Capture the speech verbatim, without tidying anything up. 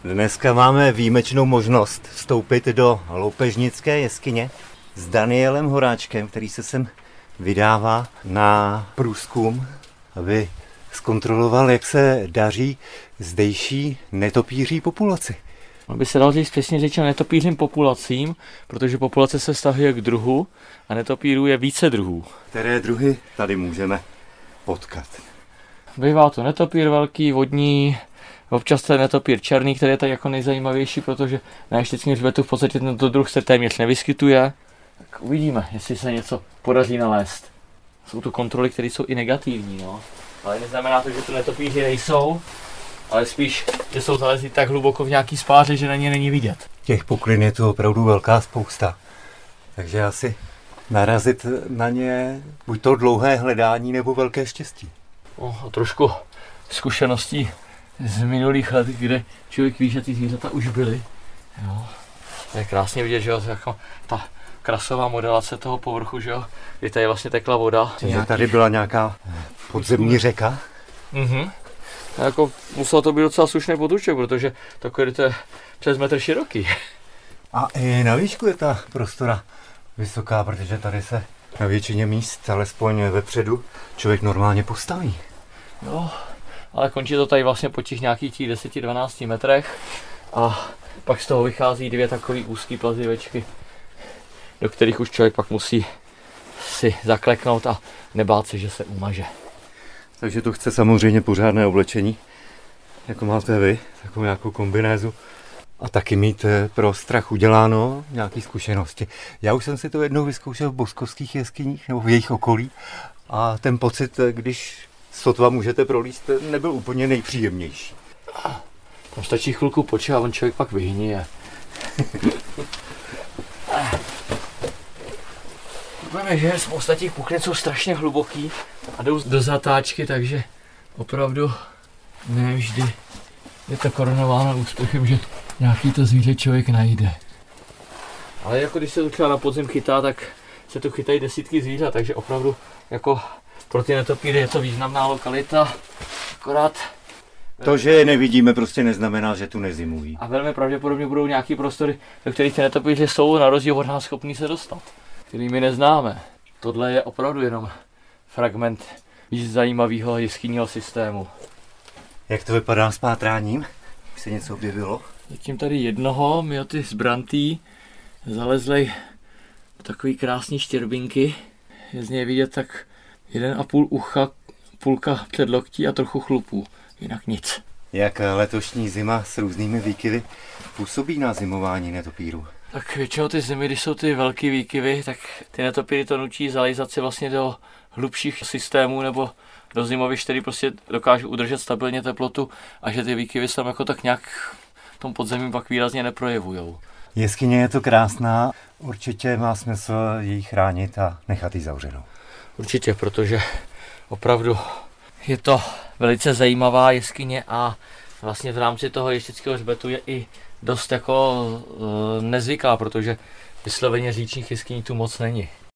Dneska máme výjimečnou možnost vstoupit do loupežnické jeskyně s Danielem Horáčkem, který se sem vydává na průzkum, aby zkontroloval, jak se daří zdejší netopíří populaci. By se dalo říct přesně řečeno netopířím populacím, protože populace se vztahuje k druhu a netopírů je více druhů. Které druhy tady můžeme potkat? Bývá to netopír velký, vodní, občas ten netopír černý, který je tady jako nejzajímavější, protože na Ještědském hřbetu v podstatě tento druh se téměř nevyskytuje. Tak uvidíme, jestli se něco podaří nalézt. Jsou to kontroly, které jsou i negativní, no. Ale neznamená to, že tu netopíři nejsou, ale spíš, že jsou zalezli tak hluboko v nějaký spáře, že na ně není vidět. Těch puklin je tu opravdu velká spousta. Takže asi narazit na ně buď to dlouhé hledání nebo velké štěstí. No, a trošku zkušeností z minulých let, kde člověk ví, že ty zvířata už byly. Jo. Je krásně vidět, že jo, jako ta krasová modelace toho povrchu, že jo, kdy tady vlastně tekla voda. Takže tady byla nějaká podzemní řeka. Mhm. A jako muselo to být docela slušný potůček, protože takový to je přes metr široký. A i na výšku je ta prostora vysoká, protože tady se na většině míst, alespoň vepředu, člověk normálně postaví. Jo, ale končí to tady vlastně po těch nějakých těch deset až dvanáct metrech a pak z toho vychází dvě takové úzké plazivečky, do kterých už člověk pak musí si zakleknout a nebát se, že se umaže. Takže to chce samozřejmě pořádné oblečení, jako máte vy, takovou nějakou kombinézu. A taky mít pro strach uděláno nějaké zkušenosti. Já už jsem si to jednou vyzkoušel v boskovských jeskyních nebo v jejich okolí a ten pocit, když sotva můžete prolíst, nebyl úplně nejpříjemnější. Tam stačí chvilku počkat a on člověk pak vyhníje. Víme, že spousta těch puklin jsou strašně hluboký a jdou do zatáčky, takže opravdu ne vždy je to korunováno úspěchem, že nějaký to zvíře člověk najde. Ale jako když se to třeba na podzim chytá, tak se tu chytají desítky zvířat, takže opravdu jako pro ty netopíry je to významná lokalita, akorát... To, že je nevidíme, prostě neznamená, že tu nezimují. A velmi pravděpodobně budou nějaký prostory, do kterých ty netopíři jsou na rozdíl od nás schopní se dostat, který my neznáme. Tohle je opravdu jenom fragment víc zajímavého jeskyního systému. Jak to vypadá s pátráním? Už se něco objevilo? Zatím tady jednoho, myoty z brantý, zalezly takový krásný štěrbinky. Je z něj vidět tak jeden a půl ucha, půlka předloktí a trochu chlupů. Jinak nic. Jak letošní zima s různými výkyvy působí na zimování netopírů? Tak většinou ty zimy, když jsou ty velký výkyvy, tak ty netopíry to nutí zalízat si vlastně do hlubších systémů nebo do zimovišť, který prostě dokážou udržet stabilně teplotu a že ty výkyvy se tam jako tak nějak v tom podzemí pak výrazně neprojevujou. Jeskyně je to krásná, určitě má smysl ji chránit a nechat ji zavřenou. Určitě, protože opravdu je to velice zajímavá jeskyně a vlastně v rámci toho Ještědského hřbetu je i dost jako e, nezvyklá, protože vysloveně říčních jeskyní tu moc není.